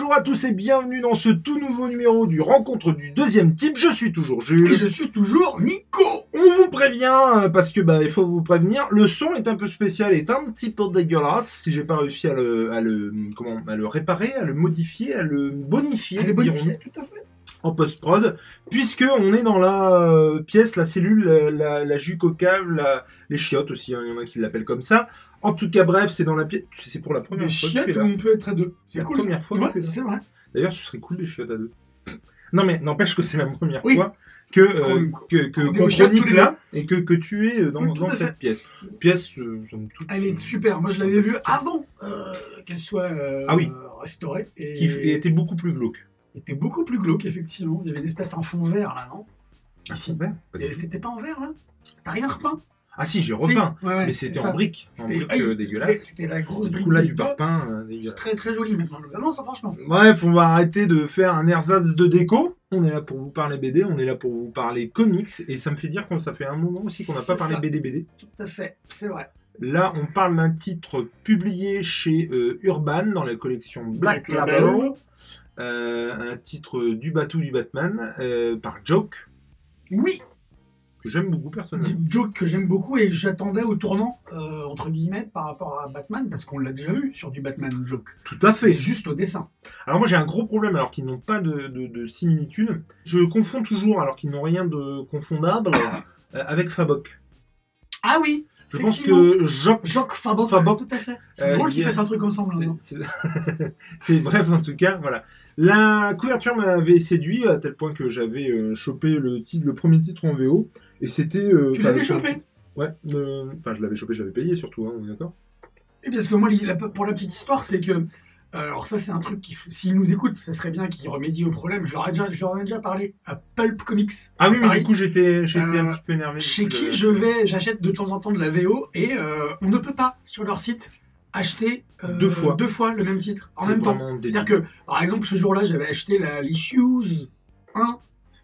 Bonjour à tous et bienvenue dans ce tout nouveau numéro du Rencontre du deuxième type. Je suis toujours Jules. Et je suis toujours Nico. On vous prévient, parce que il faut vous prévenir, le son est un peu spécial, est un petit peu dégueulasse, si j'ai pas réussi à le réparer, à le modifier, à le bonifier, Tout à fait. en post-prod, puisque on est dans la pièce, la cellule, la jucocave, les chiottes aussi, hein, il y en a qui l'appellent comme ça. En tout cas, bref, c'est dans la pièce, c'est pour la première Des fois. chiottes où on peut être à deux. C'est la cool. première fois. Ouais, c'est vrai. D'ailleurs, ce serait cool des chiottes à deux. Non, mais n'empêche que c'est la première Oui. fois qu'on chronique là et que tu es dans cette pièce. Somme toute, Elle est super. Moi, je l'avais vue avant qu'elle soit restaurée. qui était beaucoup plus glauque. Était beaucoup plus glauque, effectivement. Il y avait une espèce en fond vert, là, non? Ici. Et c'était pas en vert, là? T'as rien repeint? Ah si, j'ai repeint. Si. Ouais, mais c'était en brique. Dégueulasse. C'était la grosse Du brique. coup, là, du parpaing dégueulasse. C'est très très joli maintenant. Non, ça, franchement. Bref, on va arrêter de faire un ersatz de déco. On est là pour vous parler BD, on est là pour vous parler comics. Et ça me fait dire que ça fait un moment aussi qu'on n'a pas parlé BD. Tout à fait, c'est vrai. Là, on parle d'un titre publié chez Urban dans la collection Black Label. Un titre du Batou du Batman par Joke. Oui. Que j'aime beaucoup personnellement. Joke que j'aime beaucoup et j'attendais au tournant, entre guillemets, par rapport à Batman, parce qu'on l'a déjà vu sur du Batman Joke. Tout à fait. Et juste au dessin. Alors moi j'ai un gros problème, alors qu'ils n'ont pas de similitude. Je confonds toujours, alors qu'ils n'ont rien de confondable, avec Fabok. Ah oui. Je pense que Jock Fabok, tout à fait. C'est drôle qu'ils fassent un truc ensemble. C'est bref, en tout cas, voilà. La couverture m'avait séduit à tel point que j'avais chopé le premier titre en VO. Et c'était... tu l'avais chopé? Ouais. Enfin, je l'avais chopé, j'avais payé surtout, hein, on est d'accord? Et parce que moi, pour la petite histoire, c'est que... Alors ça, c'est un truc qui... S'ils nous écoutent, ça serait bien qu'ils remédient au problème. Je leur ai déjà parlé à Pulp Comics. Ah oui, mais du coup, j'étais un petit peu énervé. Chez qui j'achète de temps en temps de la VO et on ne peut pas, sur leur site, acheter deux fois le même titre en même temps. C'est-à-dire que, par exemple, ce jour-là, j'avais acheté l'Issues 1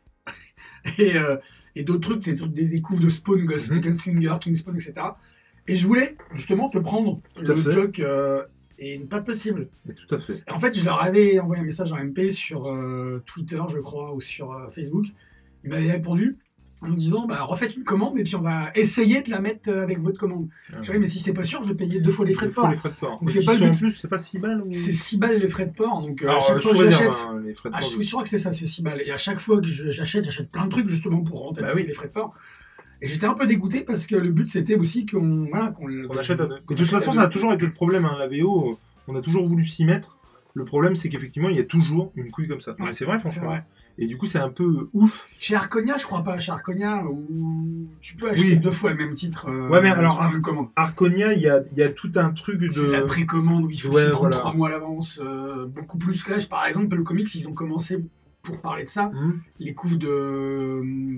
et d'autres trucs, des couves de Spawn, Gunslinger, Kingspawn, etc. Et je voulais justement te prendre le Joke et pas possible. Mais tout à fait. Et en fait, je leur avais envoyé un message en MP sur Twitter, je crois, ou sur Facebook. Ils m'avaient répondu en me disant refaites une commande et puis on va essayer de la mettre avec votre commande. Je dis mais si c'est pas sûr, je vais payer 2 fois les frais de port. Donc c'est pas le but. C'est pas 6 balles ou... C'est 6 balles les frais de port. Donc à chaque fois que j'achète, je suis sûr que c'est ça, c'est 6 balles. Et à chaque fois que j'achète plein de trucs justement pour rentabiliser les frais de port. Et j'étais un peu dégoûté parce que le but c'était aussi qu'on achète à deux. De toute façon, ça a toujours été le problème, hein, la VO, on a toujours voulu s'y mettre. Le problème, c'est qu'effectivement, il y a toujours une couille comme ça. Ouais, c'est vrai, franchement. Vrai. Et du coup, c'est un peu ouf. Chez Arconia, je crois pas. Chez Arconia, où tu peux acheter 2 fois le même titre. Ouais, mais alors, Arconia, il y a tout un truc de... C'est la précommande où il faut s'y prendre 3 mois à l'avance. Beaucoup plus que là. Par exemple, le comics, ils ont commencé, pour parler de ça, les couves de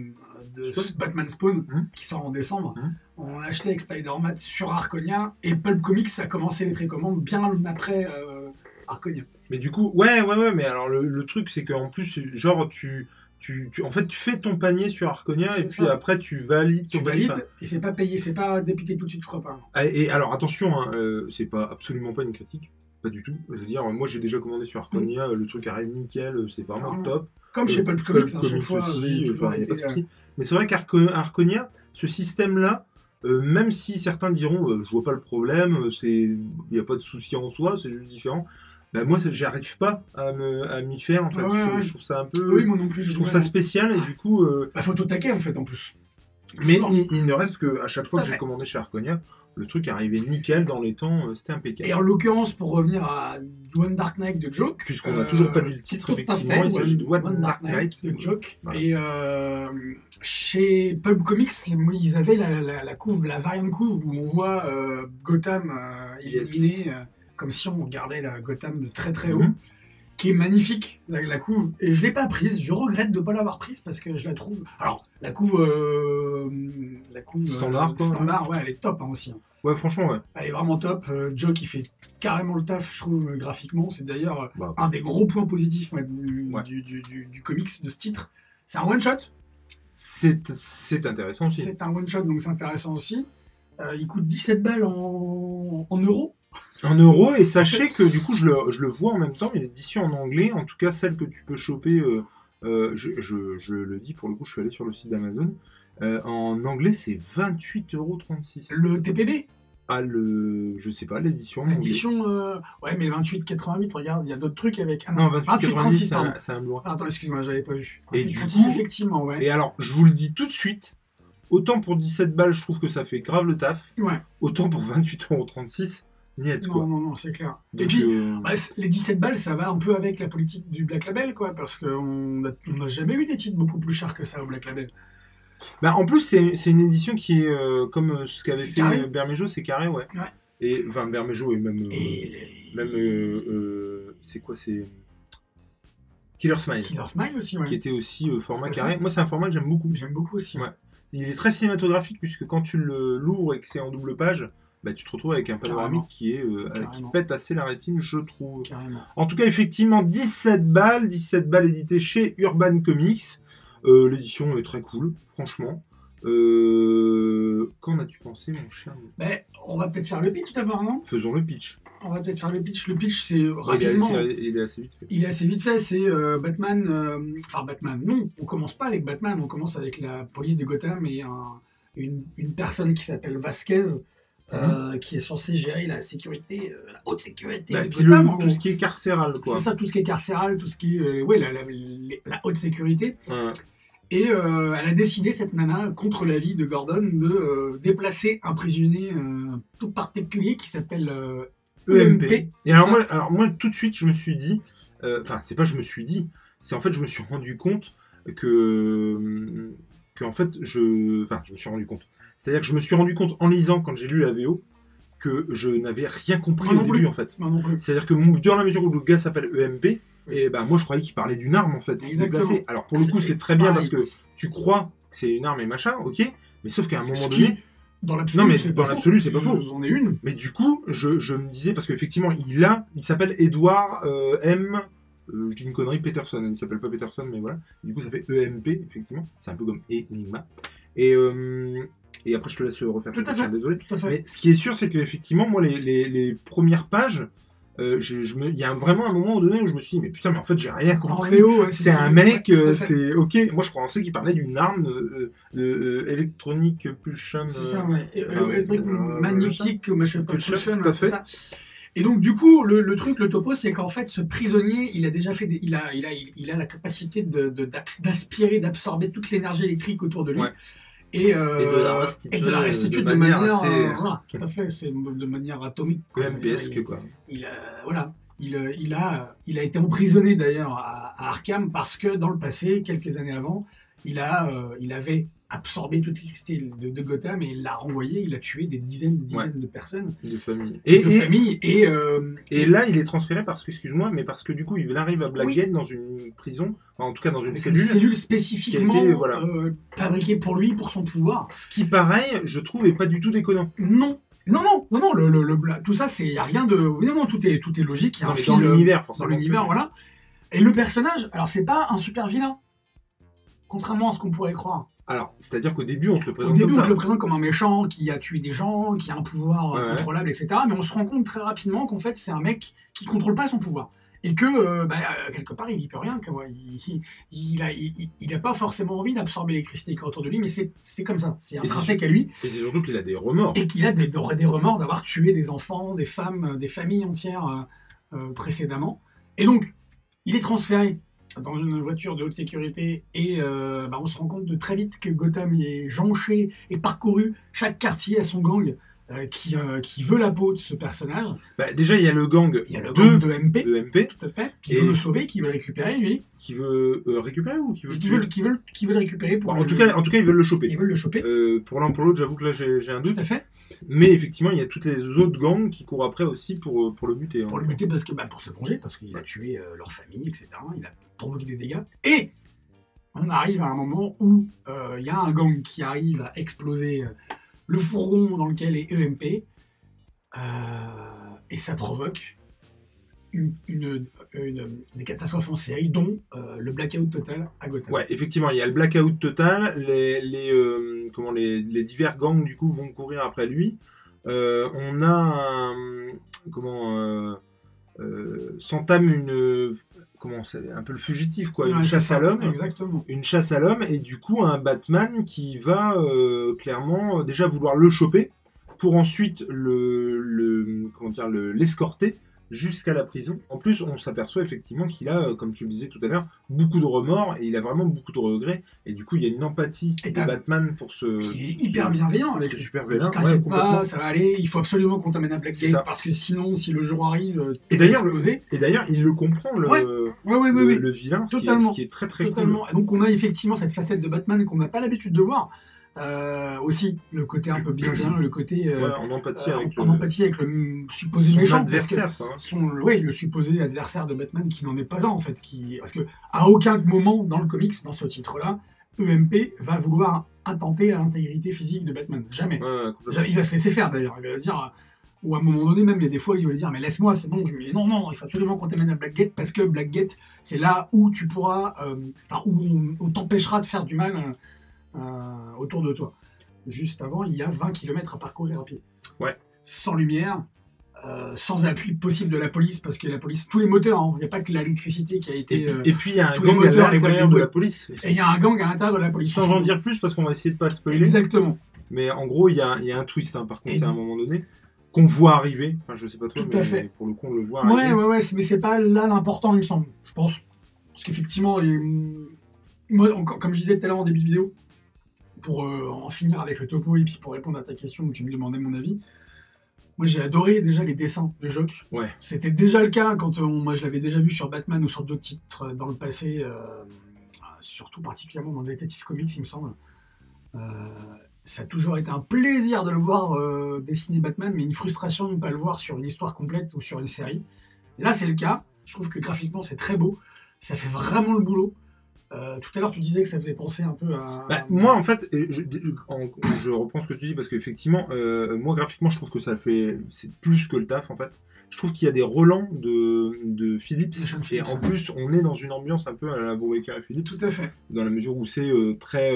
Batman Spawn, qui sort en décembre. On a acheté avec Spider-Man sur Arconia. Et Pulp Comics a commencé les précommandes bien après Arconia. Mais du coup, ouais, mais alors le truc, c'est qu'en plus, genre, tu fais ton panier sur Arconia et puis après, tu valides. Et c'est pas payé, c'est pas débité tout de suite, je crois pas. Et alors, attention, hein, c'est pas absolument pas une critique. Pas du tout. Je veux dire, moi, j'ai déjà commandé sur Arconia, le truc arrive nickel, c'est vraiment top. Comme chez Pulp Comics, à chaque fois, aussi, pas de souci. Mais c'est vrai qu'Arconia, ce système-là, même si certains diront je vois pas le problème, il n'y a pas de souci en soi, c'est juste différent. Moi, j'arrive pas à m'y faire, en fait. Je trouve ça un peu... Oui, moi non plus. Je trouve ça spécial, et du coup... faut tout taquer, en fait, en plus. Mais il ne reste qu'à chaque fois que j'ai commandé chez Arconia, le truc arrivait nickel dans les temps, c'était impeccable. Et en l'occurrence, pour revenir à One Dark Knight de Joke... Puisqu'on n'a toujours pas dit le titre, effectivement, il s'agit de One Dark Knight de Joke. Voilà. Et chez Pulp Comics, ils avaient la couve, la variante couve, où on voit Gotham illuminé... comme si on regardait la Gotham de très très haut, qui est magnifique, la couve. Et je ne l'ai pas prise, je regrette de ne pas l'avoir prise parce que je la trouve... Alors, la couve standard, ouais, elle est top aussi. Ouais, franchement, ouais. Elle est vraiment top. Joe qui fait carrément le taf, je trouve, graphiquement. C'est d'ailleurs un des gros points positifs du comics, de ce titre. C'est un one-shot. C'est intéressant aussi. C'est un one-shot, donc c'est intéressant aussi. Il coûte 17 balles en euros. €1, et sachez que du coup je le vois en même temps, il y a l'édition en anglais, en tout cas celle que tu peux choper, je le dis pour le coup, je suis allé sur le site d'Amazon, en anglais c'est 28,36 €. Le TPB? Ah, je sais pas, l'édition. L'édition, ouais, mais le 28,88, regarde, il y a d'autres trucs avec. Ah non, 28,36, c'est un Blu-ray. Attends, excuse-moi, j'avais pas vu. Et du coup, effectivement, ouais. Et alors, je vous le dis tout de suite, autant pour 17 balles, je trouve que ça fait grave le taf. Ouais. Autant pour 28,36 €, niet quoi. Non, c'est clair. Donc, et puis, les 17 balles, ça va un peu avec la politique du Black Label, quoi, parce qu'on n'a jamais eu des titres beaucoup plus chers que ça au Black Label. En plus, c'est une édition qui est comme ce qu'avait fait Bermejo, c'est carré, ouais. Et enfin, Bermejo et même. C'est quoi, c'est. Killer Smile. Killer Smile aussi, ouais. Qui était aussi format carré. Moi, c'est un format que j'aime beaucoup. J'aime beaucoup aussi. Ouais. Il est très cinématographique, puisque quand tu l'ouvres et que c'est en double page, tu te retrouves avec un panoramique qui pète assez la rétine, je trouve. Carrément. En tout cas, effectivement, 17 balles édité chez Urban Comics. L'édition est très cool, franchement. Qu'en as-tu pensé, mon cher? On va peut-être faire le pitch d'abord, non? Faisons le pitch. On va peut-être faire le pitch. Le pitch, c'est rapidement. Il est assez vite fait. Il est assez vite fait. C'est Batman. Enfin, Batman. Non, on commence pas avec Batman. On commence avec la police de Gotham et une personne qui s'appelle Vasquez. Qui est censé gérer la sécurité, la haute sécurité de Gotham. Tout ce qui est carcéral, quoi. C'est ça, tout ce qui est carcéral, tout ce qui est la haute sécurité. Ouais. Et elle a décidé, cette nana, contre l'avis de Gordon, de déplacer un prisonnier tout particulier qui s'appelle EMP. Et alors moi, tout de suite, je me suis dit, c'est pas je me suis dit, c'est en fait, je me suis rendu compte que en fait, je me suis rendu compte. C'est-à-dire que je me suis rendu compte en lisant, quand j'ai lu la VO, que je n'avais rien compris au début, en fait. C'est-à-dire que dans la mesure où le gars s'appelle EMP, et moi je croyais qu'il parlait d'une arme, en fait. Exactement. Alors pour le coup, c'est très bien parce que tu crois que c'est une arme et machin, ok, mais sauf qu'à un moment donné. Dans l'absolu, c'est pas faux. J'en ai une. Mais du coup, je me disais, parce qu'effectivement, il s'appelle Edward M. Je dis une connerie, Peterson. Il s'appelle pas Peterson, mais voilà. Du coup, ça fait EMP, effectivement. C'est un peu comme Enigma. Et après, je te laisse refaire. Tout à fait. Désolé. Tout à fait. Mais ce qui est sûr, c'est qu'effectivement, moi, les premières pages, il y a vraiment un moment donné où je me suis dit, mais putain, mais en fait, j'ai rien compris. C'est un mec, c'est ok. Moi, je pensais qu'il parlait d'une arme électronique pulsion. C'est ça, ouais. Magnétique, machin, pulsion, c'est ça. Et donc, du coup, le truc, le topo, c'est qu'en fait, ce prisonnier, il a déjà fait il a la capacité d'aspirer, d'absorber toute l'énergie électrique autour de lui. Ouais. Et de la restituer de manière assez... tout à fait, c'est de manière atomique. MPSque, quoi. Il a été emprisonné d'ailleurs à Arkham parce que dans le passé, quelques années avant, il avait absorbé toute l'électricité de Gotham et il l'a renvoyé, il a tué des dizaines de personnes. De familles. Et là, il est transféré parce que du coup, il arrive à Blackgate dans une prison, en tout cas dans une cellule. Une cellule spécifiquement fabriquée pour lui, pour son pouvoir. Ce qui, pareil, je trouve, est pas du tout déconnant. Non, tout ça, c'est y a rien de. Non, tout est logique. Il y a un fil dans l'univers, forcément. Dans l'univers, voilà. Et le personnage, alors c'est pas un super vilain, contrairement à ce qu'on pourrait croire. Alors, c'est-à-dire qu'au début, on te le présente comme ça. Au début, on te le présente comme un méchant qui a tué des gens, qui a un pouvoir contrôlable, etc. Mais on se rend compte très rapidement qu'en fait, c'est un mec qui contrôle pas son pouvoir. Et que, quelque part, il n'y peut rien. Il n'a pas forcément envie d'absorber l'électricité qui est autour de lui, mais c'est comme ça. C'est intrinsèque à lui. Et c'est surtout qu'il a des remords. Et qu'il a des remords d'avoir tué des enfants, des femmes, des familles entières précédemment. Et donc, il est transféré dans une voiture de haute sécurité et on se rend compte de très vite que Gotham est jonché et parcouru, chaque quartier a son gang qui veut la peau de ce personnage. Déjà il y a le gang de MP, tout à fait, qui veut le sauver, qui veut le récupérer lui. Qui veut récupérer ou qui veut le récupérer pour en tout cas ils veulent le choper. Ils veulent le choper. Pour l'un pour l'autre, j'avoue que là j'ai un doute. Tout à fait. Mais effectivement, il y a toutes les autres gangs qui courent après aussi pour le buter. Pour le buter parce que pour se venger, parce qu'il a tué leur famille, etc. Il a provoqué des dégâts. Et on arrive à un moment où il y a un gang qui arrive à exploser le fourgon dans lequel est EMP, et ça provoque des catastrophes en série, dont le blackout total à Gotham. Ouais, effectivement, il y a le blackout total. Les divers gangs du coup vont courir après lui. On a s'entame comment c'est un peu le fugitif, quoi, une chasse à l'homme. Exactement. Une chasse à l'homme, et du coup un Batman qui va clairement déjà vouloir le choper pour ensuite l'escorter jusqu'à la prison. En plus, on s'aperçoit effectivement qu'il a, comme tu le disais tout à l'heure, beaucoup de remords, et il a vraiment beaucoup de regrets, et du coup il y a une empathie de Batman pour ce... Il est hyper bienveillant avec ce super vilain. T'inquiète pas, ça va aller, il faut absolument qu'on t'amène à Blackgate, parce que sinon, si le jour arrive, et d'ailleurs, il le comprend, le vilain, ce qui est très très totalement cool. Et donc on a effectivement cette facette de Batman qu'on n'a pas l'habitude de voir. Aussi, le côté un peu bienveillant, le côté en empathie avec le supposé méchant, adversaire, le supposé adversaire de Batman qui n'en est pas un en fait, parce que à aucun moment dans le comics, dans ce titre-là, EMP va vouloir attenter à l'intégrité physique de Batman, jamais. Il va se laisser faire d'ailleurs, il va dire, ou à un moment donné même, il y a des fois il va lui dire mais laisse-moi, c'est bon, non, il faut absolument qu'on t'amène à Blackgate parce que Blackgate c'est là où tu pourras, où on t'empêchera de faire du mal. Autour de toi. Juste avant, il y a 20 km à parcourir à pied. Ouais. Sans lumière, sans appui possible de la police, parce que la police, tous les moteurs, il n'y a pas que l'électricité qui a été... Et puis il y a un gang à l'intérieur de la police. Et il y a un gang à l'intérieur de la police. Sans en dire plus, parce qu'on va essayer de pas spoiler. Exactement. Mais en gros, il y a un twist, par contre, à un moment donné, qu'on voit arriver. Enfin, je sais pas toi, mais pour le coup, on le voit arriver. Ouais, mais c'est pas là l'important, il me semble. Je pense. Parce qu'effectivement, moi, comme je disais tout à l'heure en début de vidéo, pour en finir avec le topo et puis pour répondre à ta question où tu me demandais mon avis, moi j'ai adoré déjà les dessins de Jock. Ouais. C'était déjà le cas quand moi je l'avais déjà vu sur Batman ou sur d'autres titres dans le passé, surtout particulièrement dans Detective Comics il me semble. Ça a toujours été un plaisir de le voir dessiner Batman, mais une frustration de ne pas le voir sur une histoire complète ou sur une série. Là c'est le cas, je trouve que graphiquement c'est très beau, ça fait vraiment le boulot. Tout à l'heure, tu disais que ça faisait penser un peu à... moi, en fait, je reprends ce que tu dis parce qu'effectivement, moi, graphiquement, je trouve que c'est plus que le taf, en fait. Je trouve qu'il y a des relents de Phillips, et en plus, on est dans une ambiance un peu à la Brubaker et Phillips. Tout à fait. Dans la mesure où c'est très...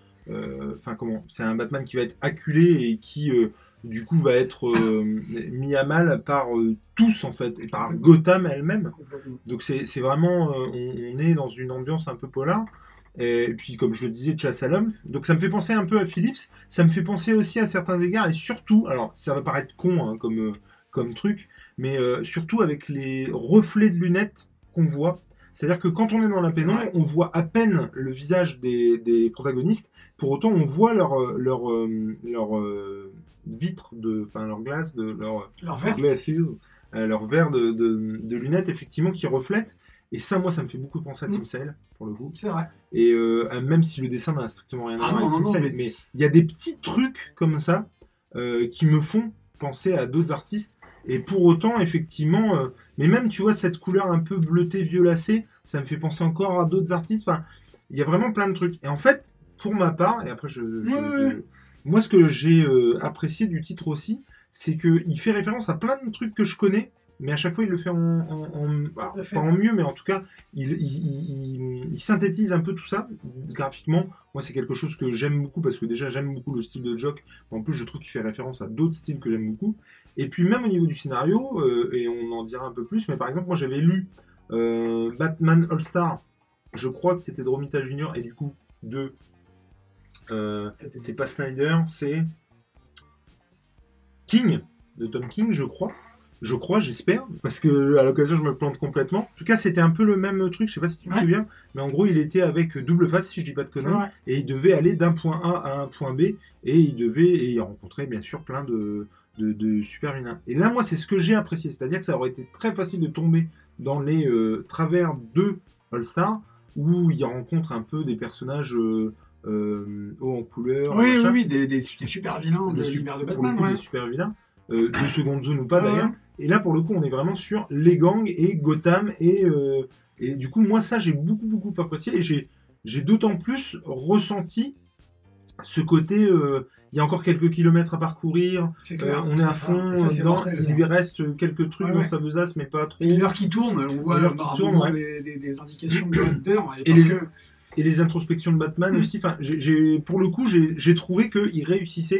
c'est un Batman qui va être acculé et qui... du coup, va être mis à mal par tous, en fait, et par Gotham elle-même. Donc, c'est vraiment... on est dans une ambiance un peu polar. Et puis, comme je le disais, chasse à l'homme. Donc, ça me fait penser un peu à Phillips. Ça me fait penser aussi à certains égards. Et surtout, alors, ça va paraître con comme truc, mais surtout avec les reflets de lunettes qu'on voit. C'est-à-dire que quand on est dans la pénombre, on voit à peine le visage des protagonistes. Pour autant, on voit leur vitre, leur glace, leur verre. Glasses, leur verre de lunettes, effectivement, qui reflètent. Et ça, moi, ça me fait beaucoup penser à Tim Sale, pour le coup. C'est vrai. Et même si le dessin n'a strictement rien à voir avec Tim Sale, mais il y a des petits trucs comme ça qui me font penser à d'autres artistes. Et pour autant, effectivement, mais même, tu vois, cette couleur un peu bleutée, violacée, ça me fait penser encore à d'autres artistes. Enfin, il y a vraiment plein de trucs. Et en fait, pour ma part, et après, moi, ce que j'ai apprécié du titre aussi, c'est qu'il fait référence à plein de trucs que je connais, mais à chaque fois, il le fait pas en mieux, mais en tout cas, il synthétise un peu tout ça graphiquement. Moi, c'est quelque chose que j'aime beaucoup, parce que déjà, j'aime beaucoup le style de Jock. En plus, je trouve qu'il fait référence à d'autres styles que j'aime beaucoup. Et puis, même au niveau du scénario, et on en dira un peu plus, mais par exemple, moi, j'avais lu Batman All-Star. Je crois que c'était de Romita Jr. et du coup, c'est pas Snyder, c'est King, de Tom King, je crois. J'espère, parce que à l'occasion je me plante complètement. En tout cas, c'était un peu le même truc, je sais pas si tu te souviens, mais en gros, il était avec double face, si je dis pas de conneries, et il devait aller d'un point A à un point B, et il rencontrait bien sûr plein de super vilains. Et là, moi, c'est ce que j'ai apprécié, c'est-à-dire que ça aurait été très facile de tomber dans les travers de All-Star, où il rencontre un peu des personnages haut en couleur. Oui, des super vilains de l'univers de Batman. Des super vilains. De seconde zone ou pas d'ailleurs. Et là pour le coup on est vraiment sur les gangs et Gotham et du coup moi ça j'ai beaucoup apprécié et j'ai d'autant plus ressenti ce côté il y a encore quelques kilomètres à parcourir, on est à fond dedans, il lui reste quelques trucs dans sa besace mais pas trop. Et l'heure qui tourne, on voit des indications d'heure. Et les introspections de Batman aussi, enfin, pour le coup j'ai trouvé qu'il réussissait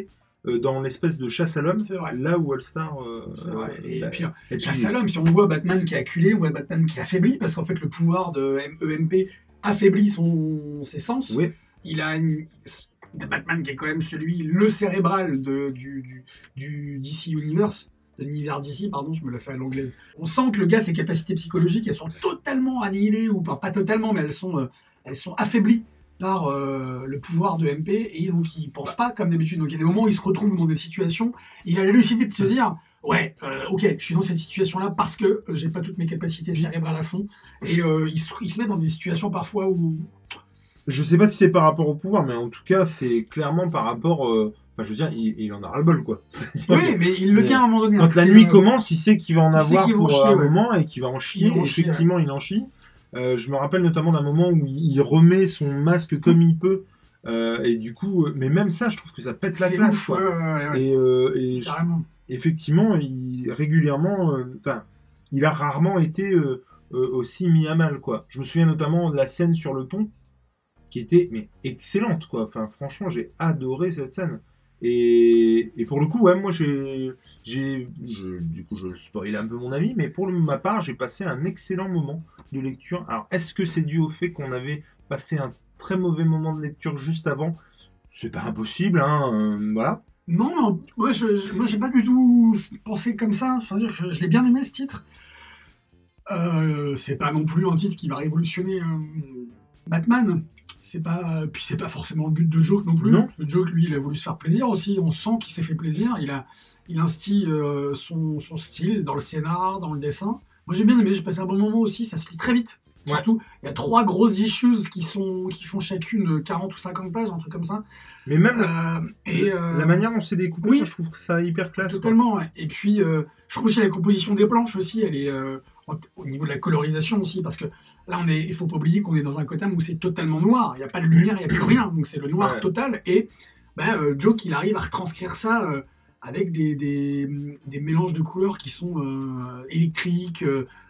dans l'espèce de chasse à l'homme, là où All-Star... et puis, chasse à l'homme, si on voit Batman qui est acculé, on voit Batman qui est affaibli, parce qu'en fait, le pouvoir de EMP affaiblit ses sens. Oui. Il a Batman qui est quand même le cérébral du DC Universe, de l'univers DC, pardon, je me la fais à l'anglaise. On sent que le gars, ses capacités psychologiques, elles sont totalement annihilées, ou pas totalement, mais elles sont affaiblies par le pouvoir de MP, et donc il pense pas comme d'habitude. Donc il y a des moments où il se retrouve dans des situations, il a la lucidité de se dire ouais, ok, je suis dans cette situation-là parce que j'ai pas toutes mes capacités cérébrales à fond, et il se met dans des situations parfois où... Je sais pas si c'est par rapport au pouvoir, mais en tout cas, c'est clairement par rapport... Enfin, je veux dire, il en a ras-le-bol, quoi. Oui, mais il le dit à un moment donné. Quand la nuit commence, il sait qu'il va en avoir pour un moment et qu'il va en chier. Effectivement, il en chie. Je me rappelle notamment d'un moment où il remet son masque comme il peut. Et du coup, mais même ça, je trouve que ça pète la classe. Ouf, ouais. Et effectivement, régulièrement, il a rarement été aussi mis à mal, quoi. Je me souviens notamment de la scène sur le pont, qui était excellente, quoi. Enfin, franchement, j'ai adoré cette scène. Et pour le coup, ouais, moi, du coup, je spoil un peu mon avis, mais pour ma part, j'ai passé un excellent moment de lecture. Alors, est-ce que c'est dû au fait qu'on avait passé un très mauvais moment de lecture juste avant? C'est pas impossible, hein, voilà. Non, moi, j'ai pas du tout pensé comme ça. C'est-à-dire que je l'ai bien aimé, ce titre. C'est pas non plus un titre qui va révolutionner Batman. Puis c'est pas forcément le but de Joke non plus. Non. Le Joke, lui, il a voulu se faire plaisir aussi. On sent qu'il s'est fait plaisir. Il instille son style dans le scénar, dans le dessin. Moi, j'ai bien aimé. J'ai passé un bon moment aussi. Ça se lit très vite. Ouais. Surtout, il y a 3 grosses issues qui font chacune 40 ou 50 pages, un truc comme ça. Mais même la manière dont c'est découpé, oui, moi, je trouve que ça hyper classe. Totalement. Ouais. Et puis, je trouve aussi la composition des planches aussi, elle est au niveau de la colorisation aussi, parce que là, il faut pas oublier qu'on est dans un Gotham où c'est totalement noir. Il n'y a pas de lumière, il n'y a plus rien. Donc c'est le noir total. Et Joke, il arrive à retranscrire ça avec des mélanges de couleurs qui sont électriques.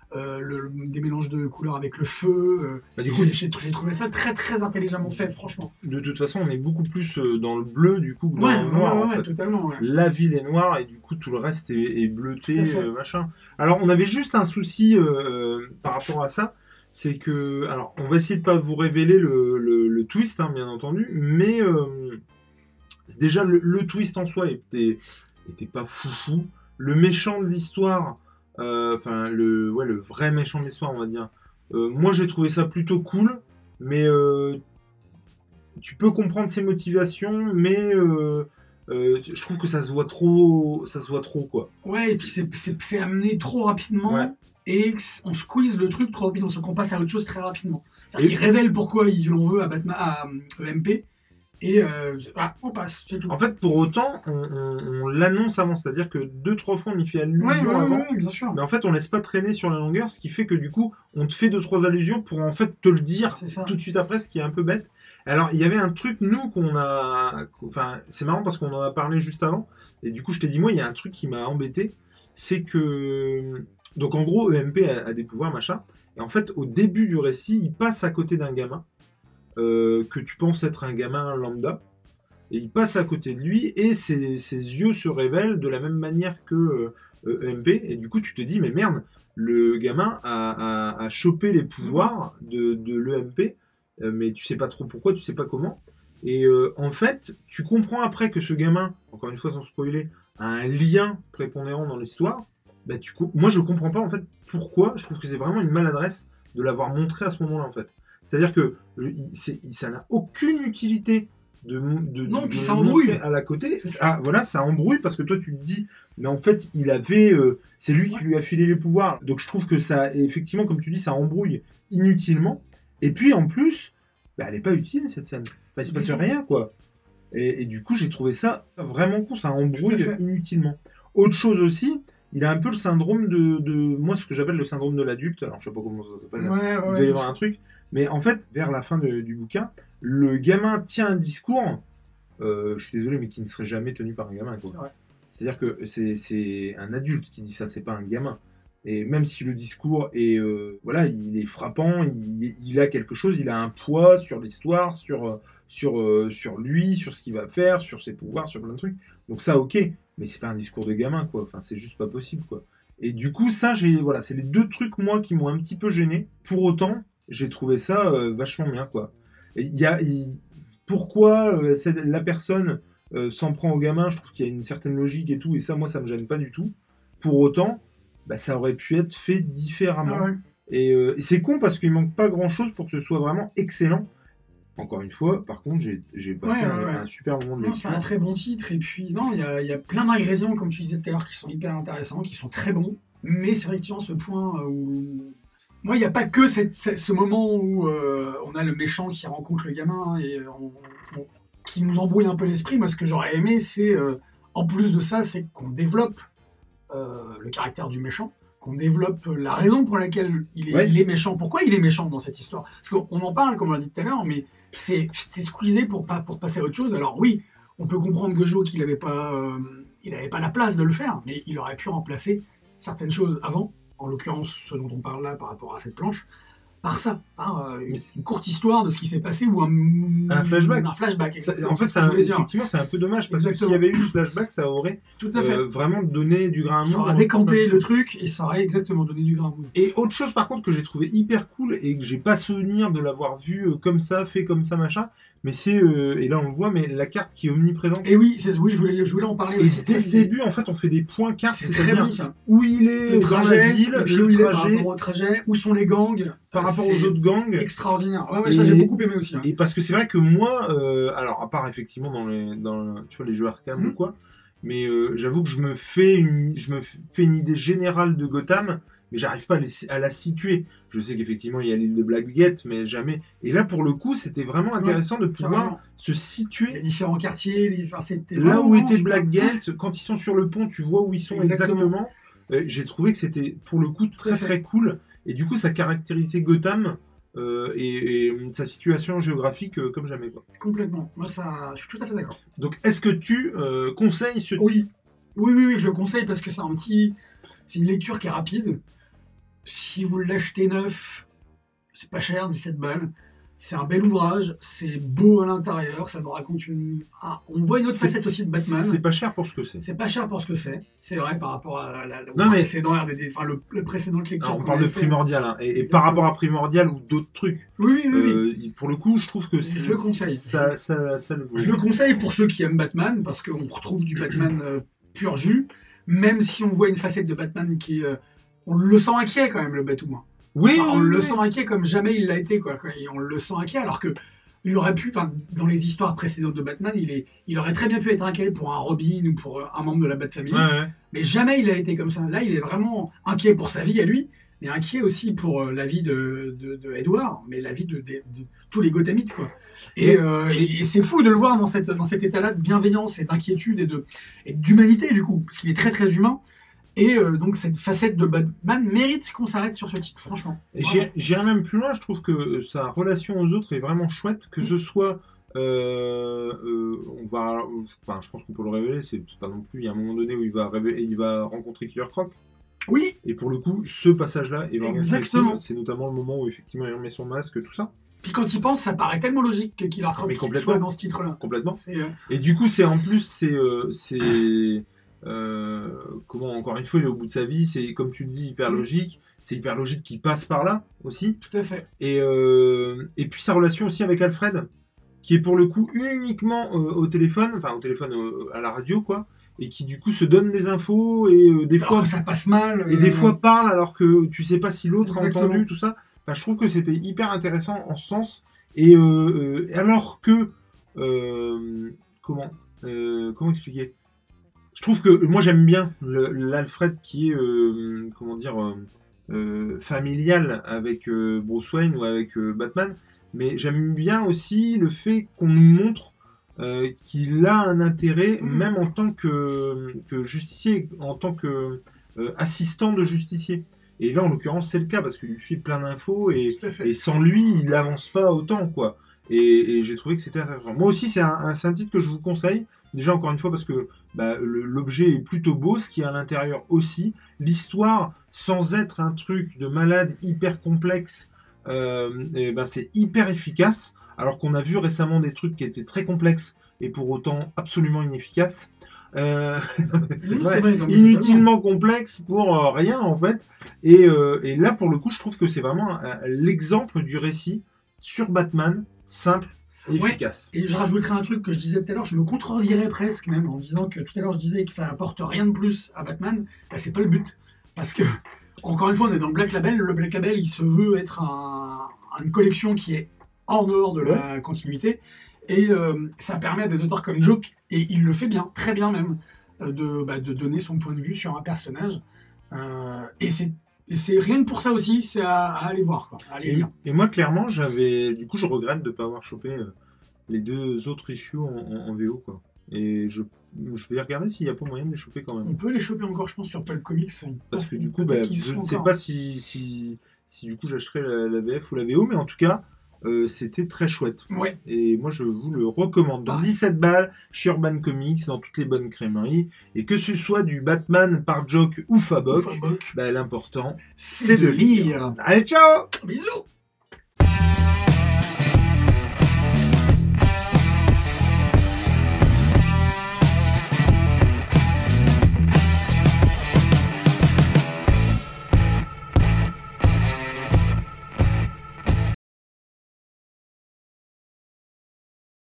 Des mélanges de couleurs avec le feu. Du coup, j'ai trouvé ça très très intelligemment fait, franchement. De toute façon, on est beaucoup plus dans le bleu du coup que dans le noir. En fait. Totalement. Ouais. La ville est noire et du coup tout le reste est bleuté, machin. Alors on avait juste un souci par rapport à ça, c'est que, alors on va essayer de pas vous révéler le twist, hein, bien entendu, mais déjà le twist en soi était pas foufou. Le méchant de l'histoire. Le vrai méchant de l'histoire, on va dire. Moi, j'ai trouvé ça plutôt cool, mais tu peux comprendre ses motivations, mais je trouve que ça se voit trop, quoi. Ouais, et puis c'est amené trop rapidement, et on squeeze le truc trop rapidement, qu'on passe à autre chose très rapidement. C'est-à-dire qu'il révèle pourquoi il en veut à EMP. Et on passe, c'est tout. En fait, pour autant, on l'annonce avant, c'est-à-dire que 2-3 fois on y fait allusion avant, bien sûr. Mais en fait on laisse pas traîner sur la longueur, ce qui fait que du coup on te fait 2-3 allusions pour en fait te le dire tout de suite après, ce qui est un peu bête. Alors il y avait un truc, nous, c'est marrant parce qu'on en a parlé juste avant, et du coup je t'ai dit, moi il y a un truc qui m'a embêté, c'est que, donc en gros EMP a des pouvoirs, machin, et en fait au début du récit il passe à côté d'un gamin, que tu penses être un gamin lambda, et il passe à côté de lui et ses yeux se révèlent de la même manière que EMP, et du coup tu te dis mais merde, le gamin a chopé les pouvoirs de l'EMP, mais tu sais pas trop pourquoi, tu sais pas comment, et en fait tu comprends après que ce gamin, encore une fois sans spoiler, a un lien prépondérant dans l'histoire. Moi je comprends pas en fait pourquoi. Je trouve que c'est vraiment une maladresse de l'avoir montré à ce moment là en fait. C'est-à-dire que ça n'a aucune utilité non, puis ça embrouille à la côté. Ça embrouille parce que toi tu te dis, mais en fait il avait, c'est lui qui lui a filé les pouvoirs. Donc je trouve que ça, effectivement, comme tu dis, ça embrouille inutilement. Et puis en plus, elle est pas utile cette scène. Il se passe rien, quoi. Et du coup j'ai trouvé ça vraiment con, ça embrouille inutilement. Autre chose aussi, il a un peu le syndrome de moi, ce que j'appelle le syndrome de l'adulte. Alors je sais pas comment ça s'appelle. Il doit y avoir un truc. Mais en fait, vers la fin du bouquin, le gamin tient un discours, je suis désolé, mais qui ne serait jamais tenu par un gamin. C'est-à-dire que c'est un adulte qui dit ça, c'est pas un gamin. Et même si le discours est, voilà, il est frappant, il a quelque chose, il a un poids sur l'histoire, sur lui, sur ce qu'il va faire, sur ses pouvoirs, sur plein de trucs. Donc ça, ok, mais c'est pas un discours de gamin, quoi. Enfin, c'est juste pas possible, quoi. Et du coup, ça, voilà, c'est les deux trucs, moi, qui m'ont un petit peu gêné. Pour autant, j'ai trouvé ça vachement bien, quoi. Et pourquoi la personne s'en prend au gamin, je trouve qu'il y a une certaine logique et tout, et ça, moi, ça me gêne pas du tout. Pour autant, bah, ça aurait pu être fait différemment. Ah ouais. Et c'est con parce qu'il manque pas grand chose pour que ce soit vraiment excellent. Encore une fois, par contre, j'ai passé un super moment de lecture. C'est un très bon titre, et puis non, il y a plein d'ingrédients, comme tu disais tout à l'heure, qui sont hyper intéressants, qui sont très bons, mais c'est effectivement ce point où... Moi, il n'y a pas que ce moment où on a le méchant qui rencontre le gamin et qui nous embrouille un peu l'esprit. Moi, ce que j'aurais aimé, c'est, en plus de ça, c'est qu'on développe le caractère du méchant, qu'on développe la raison pour laquelle il est méchant. Pourquoi il est méchant dans cette histoire? Parce qu'on en parle, comme on l'a dit tout à l'heure, mais c'est squeezé pour passer à autre chose. Alors oui, on peut comprendre Gojo qu'il n'avait pas la place de le faire, mais il aurait pu remplacer certaines choses avant, en l'occurrence ce dont on parle là par rapport à cette planche, par ça, par une courte histoire de ce qui s'est passé ou un flashback. En fait, effectivement, c'est un peu dommage parce que s'il y avait eu ce flashback, ça aurait vraiment donné du grain à moudre. Ça aurait décanté le truc et ça aurait exactement donné du grain à moudre. Et autre chose par contre que j'ai trouvé hyper cool et que j'ai pas souvenir de l'avoir vu comme ça, fait comme ça, machin, mais c'est, et là on le voit, mais la carte qui est omniprésente. Et oui, je voulais en parler aussi. Et dès le début, en fait, on fait des points cartes. C'est très bon ça. Où il est dans la ville, le trajet, où sont les gangs, par rapport aux autres gangs. Extraordinaire. Ouais, ça j'ai beaucoup aimé aussi. Et parce que c'est vrai que moi, alors à part effectivement dans tu vois, les jeux Arkham ou quoi, mais j'avoue que je me fais une idée générale de Gotham, mais j'arrive pas à la situer. Je sais qu'effectivement il y a l'île de Blackgate, mais jamais. Et là pour le coup, c'était vraiment intéressant de pouvoir se situer. Les différents quartiers, là où était Blackgate, quand ils sont sur le pont, tu vois où ils sont exactement. J'ai trouvé que c'était pour le coup très cool. Et du coup, ça caractérisait Gotham et sa situation géographique comme jamais, quoi. Complètement. Moi, je suis tout à fait d'accord. Donc, est-ce que tu conseilles ce Oui, je le conseille parce que c'est une lecture qui est rapide. Si vous l'achetez neuf, c'est pas cher, 17 balles. C'est un bel ouvrage, c'est beau à l'intérieur, ça nous raconte on voit une autre facette aussi de Batman. C'est pas cher pour ce que c'est. C'est pas cher pour ce que c'est. C'est vrai par rapport à le précédent lecture. On parle de Primordial, hein, et par rapport à Primordial ou d'autres trucs. Oui. Pour le coup, je trouve que je le conseille. Ça je le conseille pour ceux qui aiment Batman, parce qu'on retrouve du Batman pur jus, même si on voit une facette de Batman qui est... on le sent inquiet quand même, le Batwoman. On le sent inquiet comme jamais il l'a été, quoi. Et on le sent inquiet alors que il aurait pu, dans les histoires précédentes de Batman, il aurait très bien pu être inquiet pour un Robin ou pour un membre de la Bat-Family, mais jamais il a été comme ça. Là, il est vraiment inquiet pour sa vie à lui, mais inquiet aussi pour la vie de Edward, mais la vie de tous les Gothamites, quoi. Et c'est fou de le voir dans cet état-là de bienveillance et d'inquiétude et d'humanité, du coup, parce qu'il est très très humain. Et donc cette facette de Batman mérite qu'on s'arrête sur ce titre, franchement. J'irai même plus loin, je trouve que sa relation aux autres est vraiment chouette, que ce soit... je pense qu'on peut le révéler, c'est pas non plus... Il y a un moment donné où il va rencontrer Killer Croc. Oui. Et pour le coup, ce passage-là est vraiment... Exactement. C'est notamment le moment où effectivement il remet son masque, tout ça. Puis quand il pense, ça paraît tellement logique que Killer Croc soit dans ce titre-là. Complètement. Et du coup, c'est encore une fois, il est au bout de sa vie, c'est comme tu le dis, hyper logique. C'est hyper logique qu'il passe par là aussi. Tout à fait. Et puis sa relation aussi avec Alfred, qui est pour le coup uniquement au téléphone, à la radio, quoi, et qui du coup se donne des infos et des fois ça passe mal. Et des fois parle alors que tu sais pas si l'autre a entendu tout ça. Enfin, je trouve que c'était hyper intéressant en ce sens. Et alors que comment expliquer? Je trouve que moi j'aime bien l'Alfred qui est familial avec Bruce Wayne ou avec Batman, mais j'aime bien aussi le fait qu'on nous montre qu'il a un intérêt, même en tant que justicier, en tant que assistant de justicier. Et là en l'occurrence c'est le cas parce qu'il lui file plein d'infos et sans lui il n'avance pas autant, quoi. Et j'ai trouvé que c'était intéressant. Moi aussi c'est un titre que je vous conseille. Déjà, encore une fois, parce que l'objet est plutôt beau, ce qui est à l'intérieur aussi. l'histoire, sans être un truc de malade hyper complexe, c'est hyper efficace, alors qu'on a vu récemment des trucs qui étaient très complexes et pour autant absolument inefficaces. C'est vrai, inutilement complexe pour rien en fait. Et là pour le coup, je trouve que c'est vraiment l'exemple du récit sur Batman, simple et efficace. Et je rajouterai un truc que je disais tout à l'heure, je me contredirais presque même en disant que tout à l'heure je disais que ça apporte rien de plus à Batman. Bah, c'est pas le but, parce que encore une fois on est dans le Black Label. Le Black Label il se veut être une collection qui est hors dehors de la continuité. Et ça permet à des auteurs comme Joke, et il le fait bien, très bien même, de donner son point de vue sur un personnage. Et c'est rien que pour ça aussi, c'est à aller voir, quoi, à aller lire. Et moi, clairement, je regrette de ne pas avoir chopé les 2 autres issues en VO, quoi. Et je vais regarder s'il n'y a pas moyen de les choper quand même. On peut les choper encore, je pense, sur Pulp Comics. Parce que du coup, je ne sais pas si du coup j'achèterai la VF ou la VO, mais en tout cas, c'était très chouette. Ouais. Et moi, je vous le recommande. Dans 17 balles, chez Urban Comics, dans toutes les bonnes crèmeries. Et que ce soit du Batman par Joke ou Fabok, l'important, c'est de lire. Allez, ciao! Bisous!